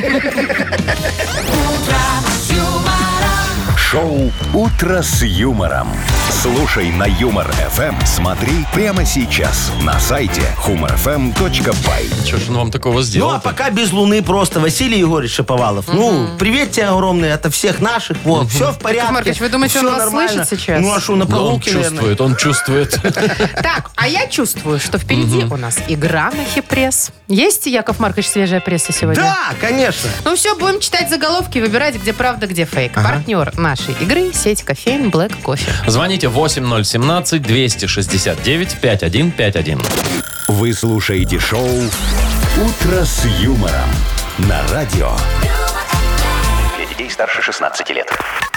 Шоу «Утро с юмором». Слушай на Юмор ФМ. Смотри прямо сейчас на сайте humorfm.by. Что ж он вам такого Ну, сделал? а пока без Луны просто Василий Егорович Шаповалов. Ну, привет тебе огромный ото всех наших. Вот, все в порядке. Маркович, вы думаете, всё он вас нормально. слышит сейчас? Ну, а что, на Да, он прогулке, наверное? чувствует. Так, а я чувствую, что впереди у нас игра на хипресс. Есть, Яков Маркович, свежая пресса сегодня? Да, конечно. Ну все, будем читать заголовки, выбирать, где правда, где фейк. Партнер нашей игры — сеть кофеин Black Coffee. Звоните 8017-269-5151. Вы слушаете шоу «Утро с юмором» на радио. Для детей старше 16 лет.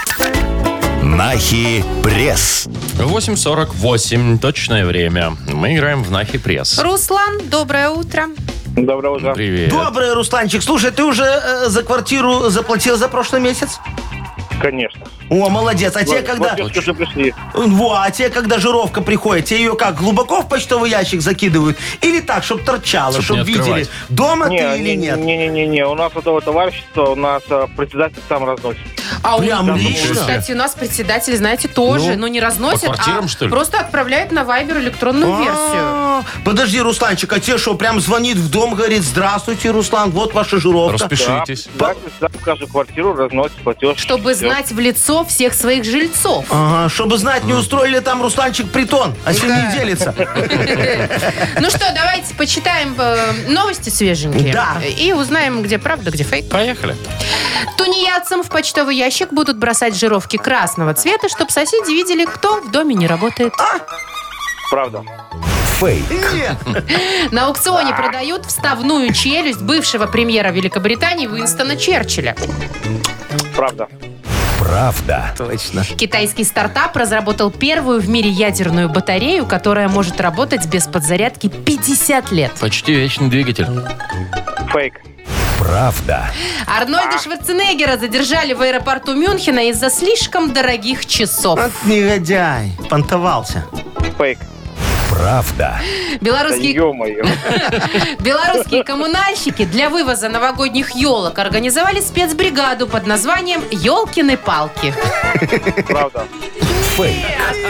Нахи пресс. 8:48, точное время. Мы играем в Нахи пресс. Руслан, доброе утро. Доброе утро. Привет. Доброе, Русланчик. Слушай, ты уже за квартиру заплатил за прошлый месяц? Конечно. О, молодец. А тебе когда... Платежки уже пришли. А тебе когда жировка приходит, тебе ее как, глубоко в почтовый ящик закидывают? Или так, чтобы торчало, Чтоб чтобы не открывать. видели, дома ты или нет? Не. У нас это товарищество, у нас председатель сам разносит. А Прям у лично? Кстати, у нас председатель, знаете, тоже, Ну, не разносит, по квартирам, а что ли? просто отправляет на Вайбер электронную версию. Подожди, Русланчик, а тебе что, прям звонит в дом, говорит: здравствуйте, Руслан, вот ваша жировка. Распишитесь. Да, председатель в каждую квартиру разносит платеж. Чтобы знать в лицо всех своих жильцов. Ага, чтобы знать, не устроили там, Русланчик, притон, а сильно не делится. Ну что, давайте почитаем новости свеженькие. Да. И узнаем, где правда, где фейк. Поехали. Тунеядцам в почтовый ящик будут бросать жировки красного цвета, чтобы соседи видели, кто в доме не работает. Правда. Фейк. На аукционе продают вставную челюсть бывшего премьера Великобритании Уинстона Черчилля. Правда. Правда. Точно. Китайский стартап разработал первую в мире ядерную батарею, которая может работать без подзарядки 50 лет. Почти вечный двигатель. Фейк. Правда. Арнольда Шварценеггера задержали в аэропорту Мюнхена из-за слишком дорогих часов. Вот негодяй, понтовался. Фейк. Правда. Белорусские Ё-моё. Белорусские коммунальщики для вывоза новогодних елок организовали спецбригаду под названием «Елкины палки». Правда. Фейк.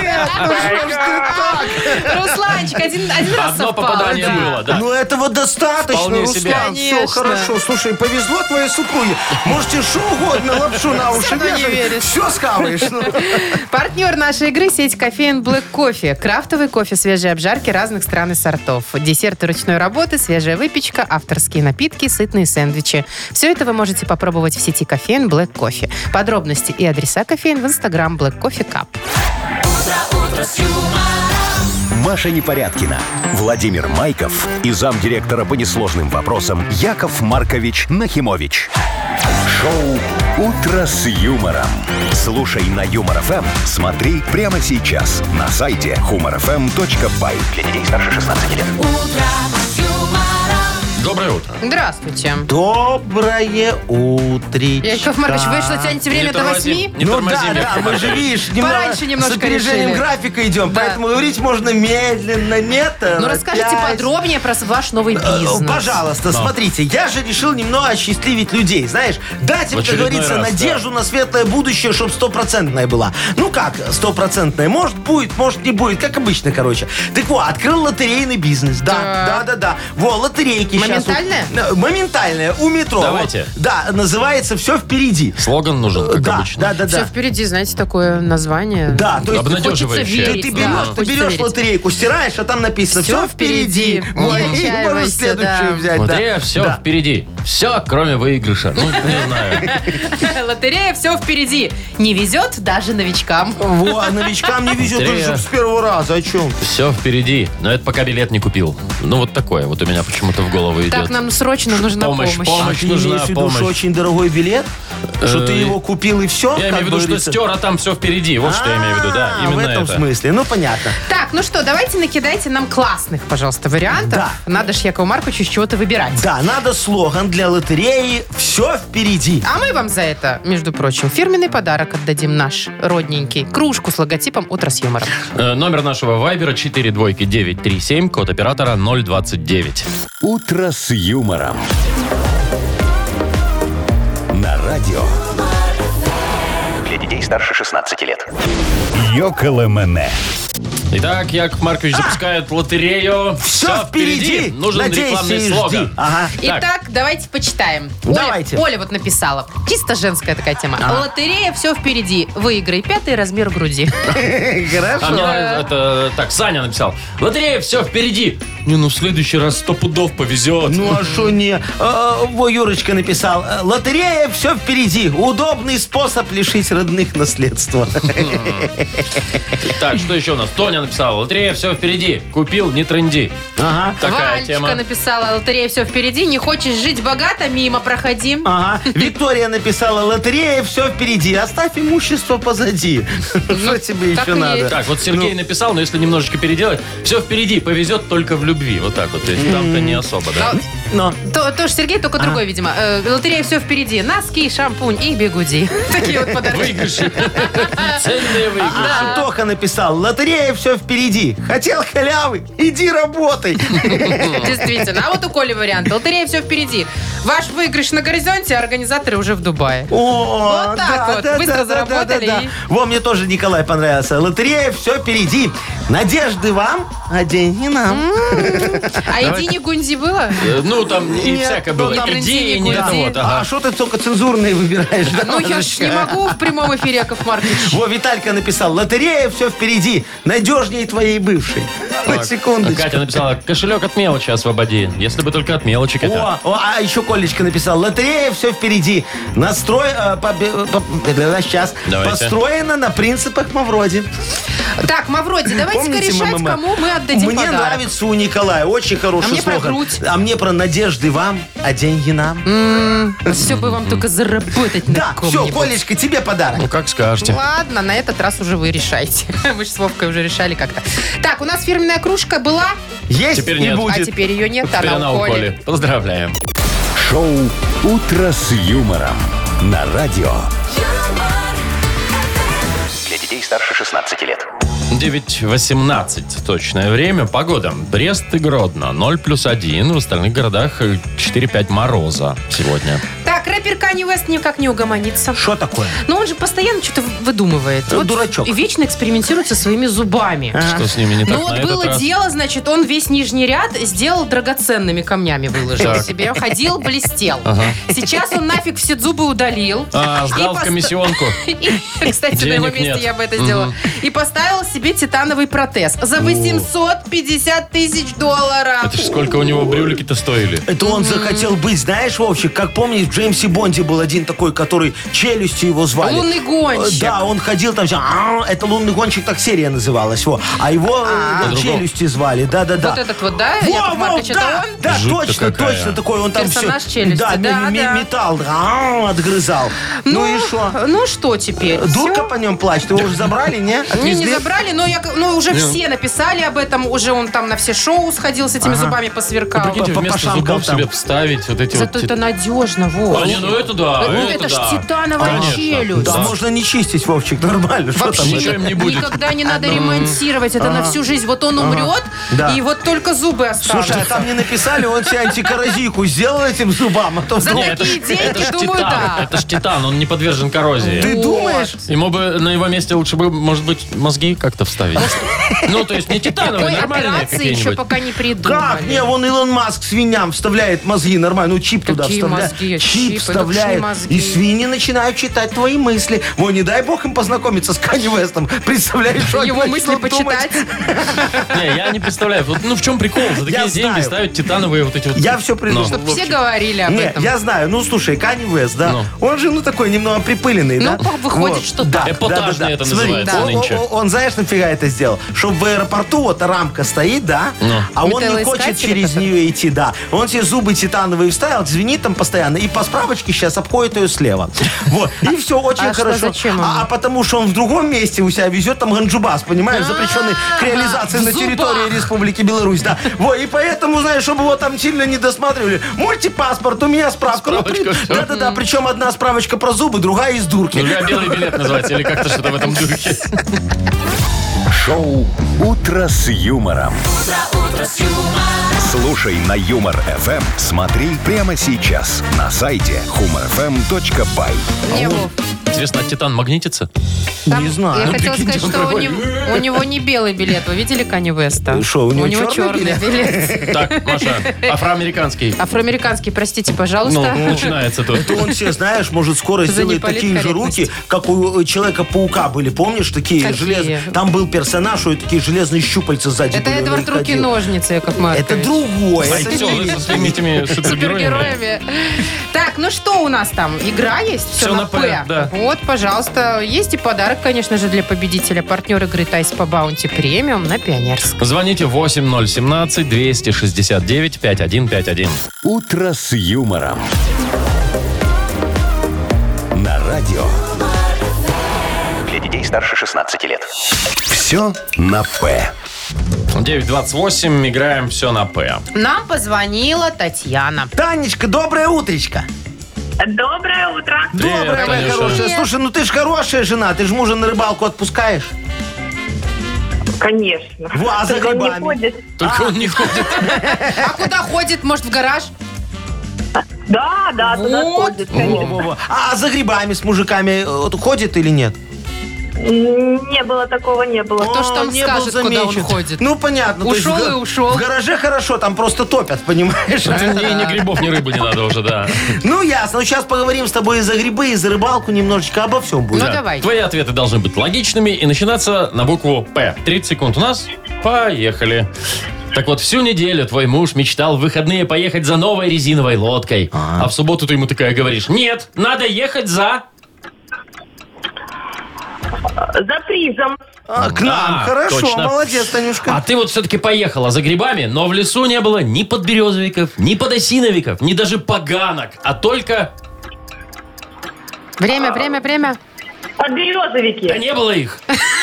Русланчик, один раз Одно совпало, попадание да. было, да. Ну, этого достаточно, Вполне себе. Руслан. Все Конечно. хорошо. Слушай, повезло твоей супруге. Можете что угодно лапшу на уши равно не вешать. веришь. Все схаваешь. Ну. Партнер нашей игры — сеть кофеин Black Coffee. Крафтовый кофе свежей обжарки разных стран и сортов. Десерты ручной работы, свежая выпечка, авторские напитки, сытные сэндвичи. Все это вы можете попробовать в сети кофеин Black Coffee. Подробности и адреса кофеин в Instagram Black Coffee Cup. Маша Непорядкина, Владимир Майков и замдиректора по несложным вопросам Яков Маркович Нахимович. Шоу «Утро с юмором». Слушай на Юмор ФМ, смотри прямо сейчас на сайте humorfm.by. Для детей старше 16 лет. Доброе утро. Здравствуйте. Доброе утречко. Яков Маркович, вы что, тянете время до 8? Не Ну тормози, да, Яков мы же, Маркович. видишь, Пораньше немножко с опережением решили. графика идем, Да. поэтому говорить можно медленно, не Ну, расскажите торопясь. подробнее про ваш новый бизнес. Пожалуйста, смотрите, я же решил немного осчастливить людей, знаешь, дать им, В как очередной говорится, раз, надежду на светлое будущее, чтобы 100% была. Ну как 100%? Может будет, может не будет, как обычно, короче. Так вот, открыл лотерейный бизнес, да. Во, лотерейки Момент Моментальное? Моментальное. У метро. Давайте. Вот. Да, называется «Все впереди». Слоган нужен, как Да, обычно. да. Все впереди, знаете, такое название. Да, то есть Обнадеживающее. Хочется ты верить, да, берешь хочется верить. лотерейку, стираешь, а там написано Всё «Все впереди». впереди. Ой, Не и можешь отчаивайся, следующую да. взять. Лотерея, все Да. впереди. Все, кроме выигрыша. Ну, не знаю. Лотерея, все впереди. Не везет даже новичкам. Во, а новичкам не везет, Лотерея. чтобы с первого раза. О чем ты? Все впереди. Но это пока билет не купил. Ну, вот такое вот у меня почему-то в голову идет. Так, нам срочно нужна помощь. Помощь Ты нужна, имеешь в виду, что помощь. очень дорогой билет? Что ты его купил и все? Я имею в виду, что стер, а там все впереди. Вот что я имею в виду, да. В Именно этом это. смысле. Ну, понятно. Так, ну что, давайте накидайте нам классных, пожалуйста, вариантов. Да. Надо ж Якову Марковичу из чего-то выбирать. Да, надо слоган для лотереи «Все впереди». А мы вам за это, между прочим, фирменный подарок отдадим наш, родненький. Кружку с логотипом «Утро с юмором». Номер нашего вайбера 42937, код оператора 029. «Утро с юмором». На радио Для детей старше 16 лет. «Йоколэмэне». Итак, Яков Маркович запускает лотерею. Все впереди. Нужен Надейся рекламный и слоган. жди. Ага. Итак, давайте почитаем. Давайте. Оля вот написала. Чисто женская такая тема. Лотерея, все впереди. Выиграй 5-й размер груди. А мне Хорошо. нравится, это так, Саня написал. Лотерея, все впереди. Не, ну в следующий раз 100 пудов повезет. Ну, а что не? Во, Юрочка написал. Лотерея, все впереди. Удобный способ лишить родных наследства. Так, что еще у нас? Тоня написала. Лотерея, все впереди. Купил, не тренди. Ага. Такая Валечка тема. написала. Лотерея, все впереди. Не хочешь жить богато, мимо проходи. Ага. Виктория написала, лотерея, все впереди. Оставь имущество позади. Что тебе так еще и надо? есть. Так, вот Сергей написал, но если немножечко переделать, все впереди, повезет только в любви. Вот так вот. То есть там-то не особо, да? Но. Тоже Сергей, только другой, видимо. Лотерея, все впереди. Носки, шампунь и бигуди. Такие вот подарки. Выигрыши. Цельные выигрыши. Антоха написал, лотерея, все впереди. Хотел халявы? Иди работай. Действительно. А вот у Коли вариант. Лотерея, все впереди. Ваш выигрыш на горизонте, а организаторы уже в Дубае. О, Вот так вот. Быстро заработали и- Во, мне тоже Николай понравился. Лотерея, все впереди. Надежды вам, а деньги нам. А Едине Гунзи было? Ну, там и Нет, всякое ну, было. там Идеи, не нет, гуди. вот, А ага. что ты только цензурные выбираешь? да, Ну, я ж не могу в прямом эфире, Яков Маркович. Во, Виталька написал, лотерея, все впереди. Надежнее твоей бывшей. На секундочку. Катя написала, кошелек от мелочи освободи. Если бы только от мелочи, Катя. А еще Колечка написал, лотерея, все впереди. Сейчас. Давайте. Построено на принципах Мавроди. Так, Мавроди, давайте-ка Помните, решать, МММ? кому мы отдадим Мне подарок. нравится у Николая. Очень хороший А мне про слоган. грудь. А мне про надежды вам, а деньги нам. Все бы вам только заработать на Да, все, ком-нибудь. Колечка, тебе подарок. Ну, как скажете. Ладно, на этот раз уже вы решайте. Мы же с Вовкой уже решали как-то. Так, у нас фирменная кружка была, Есть Теперь и нет. будет. а теперь ее нет, Теперь она у у Коли. Коли. Поздравляем. Шоу «Утро с юмором». На радио. Для детей старше 16 лет. 9:18 точное время. Погода. Брест и Гродно 0+1. В остальных городах 4-5 мороза сегодня. Так, рэпер Канье Уэст никак не угомонится. Что такое? Но он же постоянно что-то выдумывает. Дурачок. И вечно экспериментирует со своими зубами. Что с ними не так Ну на вот этот было раз? дело, значит, он весь нижний ряд сделал драгоценными камнями, выложил Так. себе. Ходил, блестел. Сейчас он нафиг все зубы удалил. Сдал И в комиссионку. И, кстати, на его Денег месте нет. я бы это сделала. И поставил себе титановый протез за 850 тысяч долларов. Это ж сколько у него брюлики-то стоили. Это он захотел быть, знаешь, Вовчик, как помнишь, в Джеймсе Бонде был один такой, который челюстью его звали. Лунный гонщик. Да, он ходил там, все, это лунный гонщик, так серия называлась. Во. А его челюсти звали, да-да-да. Вот этот вот, да, Во, Яков во, Маркович, это да, он? да, Жуть-то точно, какая. точно такой. Он там Персонаж все, челюсти, да, да. металл отгрызал. Ну и что? Ну что теперь? Дурка Всё? по нем плачет. Его уже забрали, не? Не Отвезли? забрали, но уже все написали об этом, уже он там на все шоу сходил с этими зубами посверкал. Прикиньте, по вместо пошамкам зубов там. себе вставить вот эти Зато вот... это надежно, вот. А, не, ну это да, Это ж да. титановая Конечно. челюсть. Да, можно не чистить, Вовчик, нормально. Что там? Вообще Ничего им не будет. никогда не надо ремонтировать, это на всю жизнь. Вот он умрет, Да. И вот только зубы остались. Слушай, а там не написали, он себе антикоррозийку сделал этим зубам, а то За вдруг... такие деньги, это ж думаю, титан. да. Это ж титан, он не подвержен коррозии. Ты думаешь? Ему бы на его месте лучше бы, может быть, мозги как-то вставить. Ну, то есть не титановые, Такой нормальные операции еще какие-нибудь. пока не придумали. Как? Не, вон Илон Маск свиньям вставляет мозги нормально. Ну, чип туда Какие вставляет. мозги? Чип Чипы, вставляет. это ж не мозги. И свиньи начинают читать твои мысли. Во, не дай бог им познакомиться с Канни Вестом. Представляешь, что они Его мысли начнут думать? почитать. Не, я не представляю. Вот, ну, в чем прикол? За такие Я деньги знаю. ставят титановые вот эти вот... Я все придумал. Чтоб все говорили об Не, этом. я знаю. Ну, слушай, Канни Вест, да, Ну. он же, такой немного припыленный, Ну, да? выходит, что да. так. Эпатажный это называется он, нынче. он, знаешь, нафига это сделал? Чтобы в аэропорту вот рамка стоит, да, а он не Металлоискатель хочет через который? нее идти, да. Он себе зубы титановые вставил, звенит там постоянно, и по справочке сейчас обходит ее слева. Вот. И все очень А что, хорошо. зачем ему? А потому что он в другом месте у себя везет там ганджубас, понимаешь, запрещенный к реализации в на зубах. территории Республики Беларусь, да. Вот. И поэтому, знаешь, чтобы его там сильно не досматривали. Мультипаспорт, у меня справка. Ну, Справочка, всё. да-да-да, причем одна справочка про зубы, другая из дурки. Ну, белый билет называется, или как-то что-то в этом духе. Шоу «Утро с юмором». Слушай на Юмор ФМ. Смотри прямо сейчас на сайте humorfm.by. Не, Вов, Интересно, а титан магнитится? Не знаю. Я Ну, хотела сказать, прикиньте, что он у него не белый билет. Вы видели Канни Веста? Что, у него черный черный билет. Так, Маша, афроамериканский. Афроамериканский, простите, Ну, пожалуйста. начинается тут. Это он все, знаешь, может скоро За сделает такие же неполиткорректность. руки, как у Человека-паука были. Помнишь, такие Какие? железные? Там был персонаж, у такие железные щупальца сзади Это были, он Эдвард ходил. Руки-ножницы, Яков Маркович. Это другое. А это все, не- вы со своими этими супергероями. Супергероями. Так, ну что у нас там? Игра есть? Все Всё на на «П», да. Вот, пожалуйста. Есть и подарок, конечно же, для победителя. Партнер игры Тайс по Баунти Премиум на Пионерском. Звоните 8017-269-5151. «Утро с юмором». На радио. Для детей старше 16 лет. Все на «П». 9:28, играем все на «П». Нам позвонила Татьяна. Танечка, доброе утречко. Доброе утро. Привет, Доброе, моя Танюша. хорошая. Слушай, ну ты ж хорошая жена, ты ж мужа на рыбалку отпускаешь. Конечно. Во, а за Только он не грибами? ходит. Только он не ходит. А куда ходит? Может, в гараж? Да, туда Вот. ходит, конечно. Во-во-во. А за грибами с мужиками ходит или нет? Не было такого, не было. Кто ж там не скажет, был куда он замечен. ходит? Ну, понятно. то есть Ушел в га- и ушел. В гараже хорошо, там просто топят, понимаешь? Ни грибов, ни рыбы не надо уже, да. Ну, ясно. Ну, сейчас поговорим с тобой и за грибы, и за рыбалку немножечко обо всем будет. Ну, Да. давай. Твои ответы должны быть логичными и начинаться на букву «П». 30 секунд у нас. Поехали. Так вот, всю неделю твой муж мечтал в выходные поехать за новой резиновой лодкой. А в субботу ты ему такая говоришь: нет, надо ехать за... За призом. К нам. Да, Хорошо, точно. молодец, Танюшка. А ты вот все-таки поехала за грибами, но в лесу не было ни подберезовиков, ни подосиновиков, ни даже поганок, а только... Время. Подберезовики. Да не было их.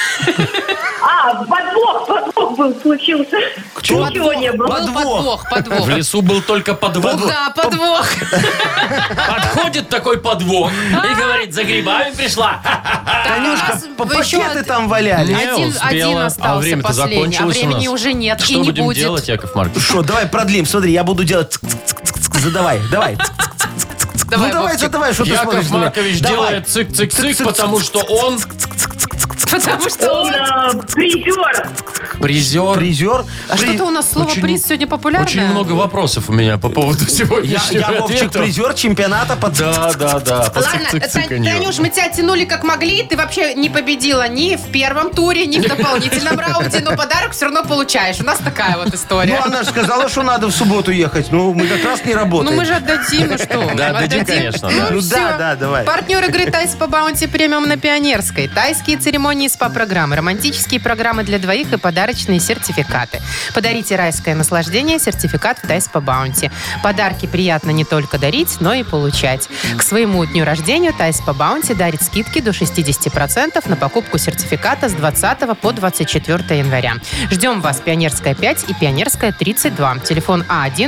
Подвох был, случился. Ничего не было. Был подвох. В лесу был только подвох. Да, подвох. Подходит такой подвох и говорит: за грибами пришла. Танюшка, Вы еще пакеты там валялись. Не Один успела. остался А время-то последний. закончилось у времени нас. уже нет Что и не будем будет. делать, Яков Маркович? Что, давай продлим. Смотри, я буду делать... цик-цик-цик-цик. Задавай. Давай, Ну, давай, Вовчик. задавай, что ты смотришь Яков на меня. Маркович Давай. делает цик-цик-цик, потому что он Потому что Он призер. призер. Призер. А что-то у нас слово Очень- приз сегодня популярное. Очень много вопросов у меня по поводу Я, сегодняшнего Вовчик, ответа. призер чемпионата по... Да. По Ладно, цик-цик-циканью. Танюш, мы тебя тянули как могли. Ты вообще не победила ни в первом туре, ни в дополнительном раунде, но подарок все равно получаешь. У нас такая вот Ну, история. она же сказала, что надо в субботу ехать. Ну, мы как раз не работаем. Ну, мы же отдадим, ну что? Да, отдадим, конечно, да. Ну, всё. да, давай. Партнер игры Тайс по Баунти Премиум на Пионерской. Тайские церемонии СПА-программы, романтические программы для двоих и подарочные сертификаты. Подарите райское наслаждение, сертификат в Тайс по Баунти. Подарки приятно не только дарить, но и получать. К своему дню рождения Тайс по Баунти дарит скидки до 60% на покупку сертификата с 20 по 24 января. Ждем вас, Пионерская 5 и Пионерская 32. Телефон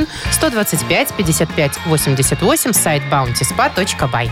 А1-125-55-88, сайт bountyspa.by.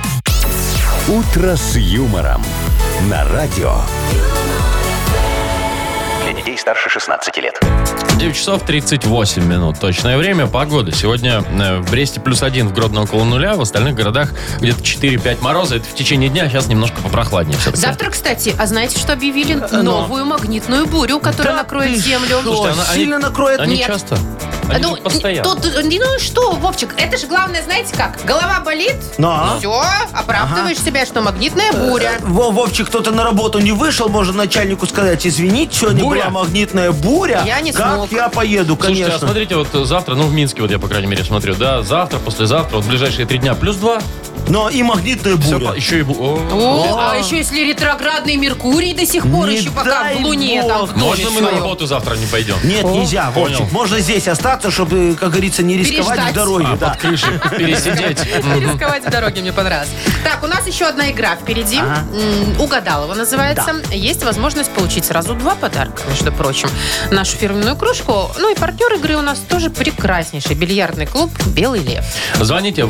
«Утро с юмором» на радио. Для детей старше 16 лет. 9 часов 38 минут. Точное время. Погода. Сегодня в Бресте +1, в Гродно около нуля. В остальных городах где-то 4-5 мороза. Это в течение дня. Сейчас немножко попрохладнее все-таки. Завтра, кстати, а знаете, что объявили? Новую магнитную бурю, которая накроет землю. Слушайте, Сильно накроет? Они Нет. часто? Они Ну, же постоянно. ну что, Вовчик, это же главное, знаете как? Голова болит, Но. все, оправдываешь себя, что магнитная буря. Вовчик, кто-то на работу не вышел, можно начальнику сказать, извините, сегодня Буря? была магнитная буря. Я не как смог. я поеду, Слушайте, конечно. а смотрите, вот завтра, в Минске, вот я, по крайней мере, смотрю, да, завтра, послезавтра, вот ближайшие 3 дня +2. Но и магнитная буря. Еще и... А еще если ретроградный Меркурий до сих пор Не еще пока дай в Луне бог. там Можно мы на ходит. работу завтра не пойдем? Нет, нельзя, понял. Вовчик. Можно здесь остаться, чтобы, как говорится, не рисковать Переждать. в дороге. да. Под крышей пересидеть. Рисковать в дороге мне понравилось. Так, у нас еще одна игра впереди. Угадалова называется. Есть возможность получить сразу 2 подарка, между прочим. Нашу фирменную кружку. Ну и партнер игры у нас тоже прекраснейший бильярдный клуб «Белый лев». Звоните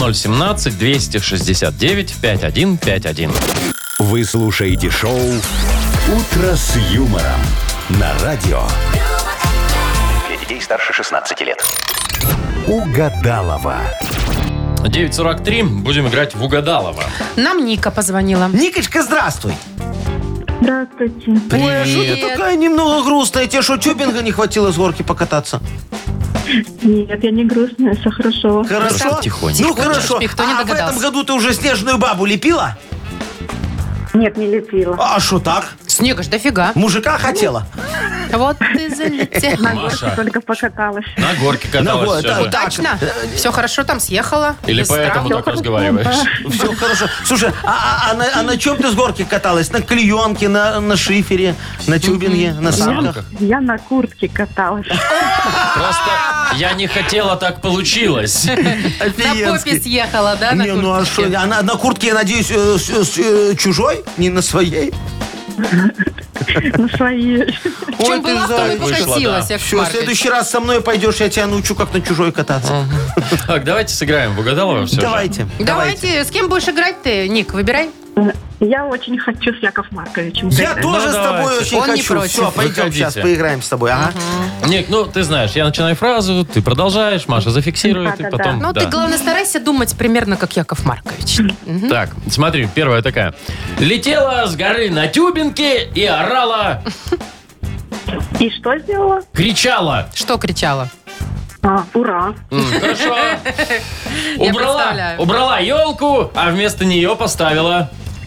8017-269-5151. Вы слушаете шоу «Утро с юмором» на радио. Для детей старше 16 лет. Угадалова. 9:43. Будем играть в Угадалова. Нам Ника позвонила. Никочка, здравствуй. Здравствуйте. Ой, а что ты Привет. такая немного грустная? Тебе что, тюбинга не хватило с горки покататься? Нет, я не грустная, все хорошо. Хорошо? Тихонечко. Ну, хорошо. Чтоб никто не А в догадался. этом году ты уже снежную бабу лепила? Нет, не лепила. А что так? Снега ж дофига. Мужика хотела? Вот ты залетела. На горке Маша. только покаталась. На горке На каталась гор- всё да, же. так. Точно? Все хорошо там съехала? Или Без поэтому травм? так разговариваешь? Все хорошо. Слушай, а на чем ты с горки каталась? На клеенке, на шифере, на тюбинге, на санках? Я на куртке каталась. Просто я не хотела, так получилось. На попе Офигенски. съехала, да, на Не, ну а что? курточке? А на куртке, я надеюсь, чужой? Не на своей? На своей. В чем Ой, ты была, в том и зайчка. вышло, покатилась, да. Яков Все, в Маркович. следующий раз со мной пойдешь, я тебя научу, как на чужой кататься. Так, давайте сыграем в Угадалова все же. Давайте. Давайте, с кем будешь играть ты, Ник, выбирай. Я очень хочу с Яков Марковичем Я поиграть. тоже с тобой давайте. очень Он не хочу. против. Все, пойдем Выходите. сейчас поиграем с тобой. Ага. Ник, ну ты знаешь, я начинаю фразу, ты продолжаешь, Маша зафиксирует, и Да-да-да. потом... Ну, да. ты, главное, старайся думать примерно как Яков Маркович. Мгм. Так, смотри, первая такая. Летела с горы на тюбинке и орала, И что сделала? кричала. Что кричала? Ура. Хорошо. Я представляю. Убрала елку, а вместо нее поставила...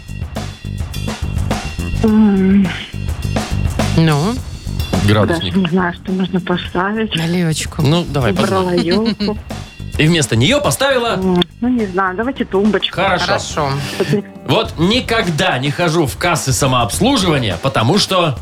Ну, Даже Градусник. не знаю, что нужно поставить. наливочку. Ну, давай, Убрала познай. елку. И вместо нее поставила... Ну, не знаю, давайте тумбочку. Хорошо. Хорошо. Вот никогда не хожу в кассы самообслуживания, потому что...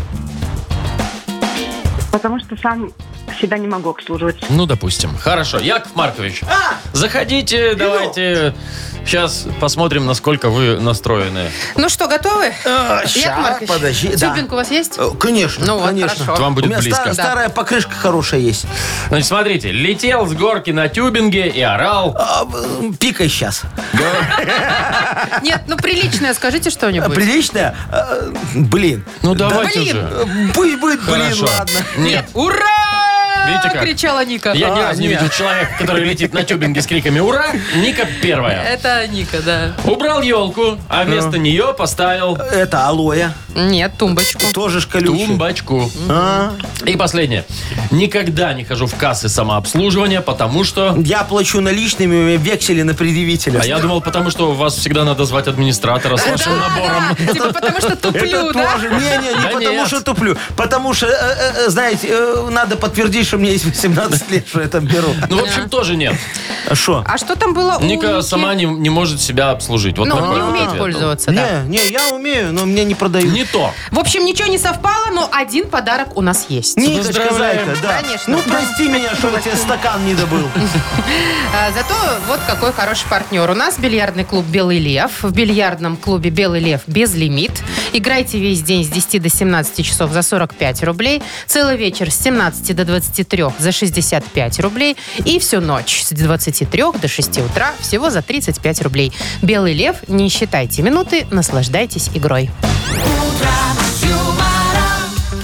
Потому что сам себя не могу обслуживать. Ну, допустим. Хорошо. Яков Маркович, заходите, давайте. Сейчас посмотрим, насколько вы настроены. Ну что, готовы? Яков Ща, Маркович, подожди. да. тюбинг у вас есть? Конечно, Ну вот, конечно. хорошо. Вам У будет меня близко. старая покрышка хорошая есть. Значит, смотрите. Летел с горки на тюбинге и орал. Пикай сейчас. Нет, ну приличное, скажите что-нибудь. Приличная? Блин. Ну, давайте блин. же. Пусть будет, блин, Хорошо. ладно. Нет. Ура! Видите как? Кричала Ника. Я ни разу не нет. видел человека, который летит на тюбинге с криками «Ура!». Ника первая. Это Ника, да. Убрал елку, а вместо нее поставил Это алоэ. Нет, тумбочку. Тоже ж колючая. тумбочку. А, И последнее. Никогда не хожу в кассы самообслуживания, потому что... Я плачу наличными, у меня вексели на предъявителя. А я думал, потому что вас всегда надо звать администратора с вашим набором. Да, типа потому что туплю, Это да? тоже. Не Да потому нет. что туплю. Потому что, знаете, надо подтвердить, что мне есть 18 лет, что я там беру. Ну, в общем, тоже нет. А что? А что там было у Ника Ники? сама не может себя обслужить. Вот Ну, такой не вот умеет ответ. пользоваться, да. Не, я умею, но мне не продают. Не то. В общем, ничего не совпало, но один подарок у нас есть. Ниточка, Поздравляем. зайка, да. Конечно. Ну, прости меня, что я тебе стакан не добыл. Зато вот какой хороший партнер. У нас бильярдный клуб «Белый лев». В бильярдном клубе «Белый лев» безлимит. Играйте весь день с 10 до 17 часов за 45 рублей. Целый вечер с 17 до 23 за 65 рублей. И всю ночь с 23 до 6 утра всего за 35 рублей. «Белый лев», не считайте минуты, наслаждайтесь игрой.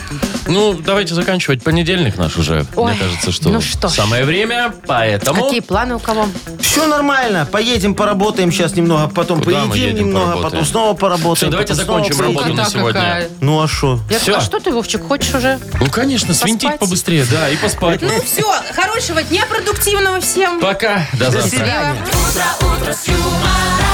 Ну, давайте заканчивать понедельник наш уже. Ой, Мне кажется, что, ну что ж. самое время, поэтому... Какие планы у кого? Все нормально. Поедем, поработаем сейчас немного, потом Куда мы поедим едем, немного, поработаем? потом снова поработаем. Всё, давайте потом снова закончим поедем. работу на сегодня. Какая? Ну а что? Всё. А что ты, Вовчик, хочешь уже? Ну, конечно, свинтить Поспать? побыстрее, да, и поспать. Ну все, хорошего дня продуктивного всем. Пока, до завтра. свидания. Утро с юмором.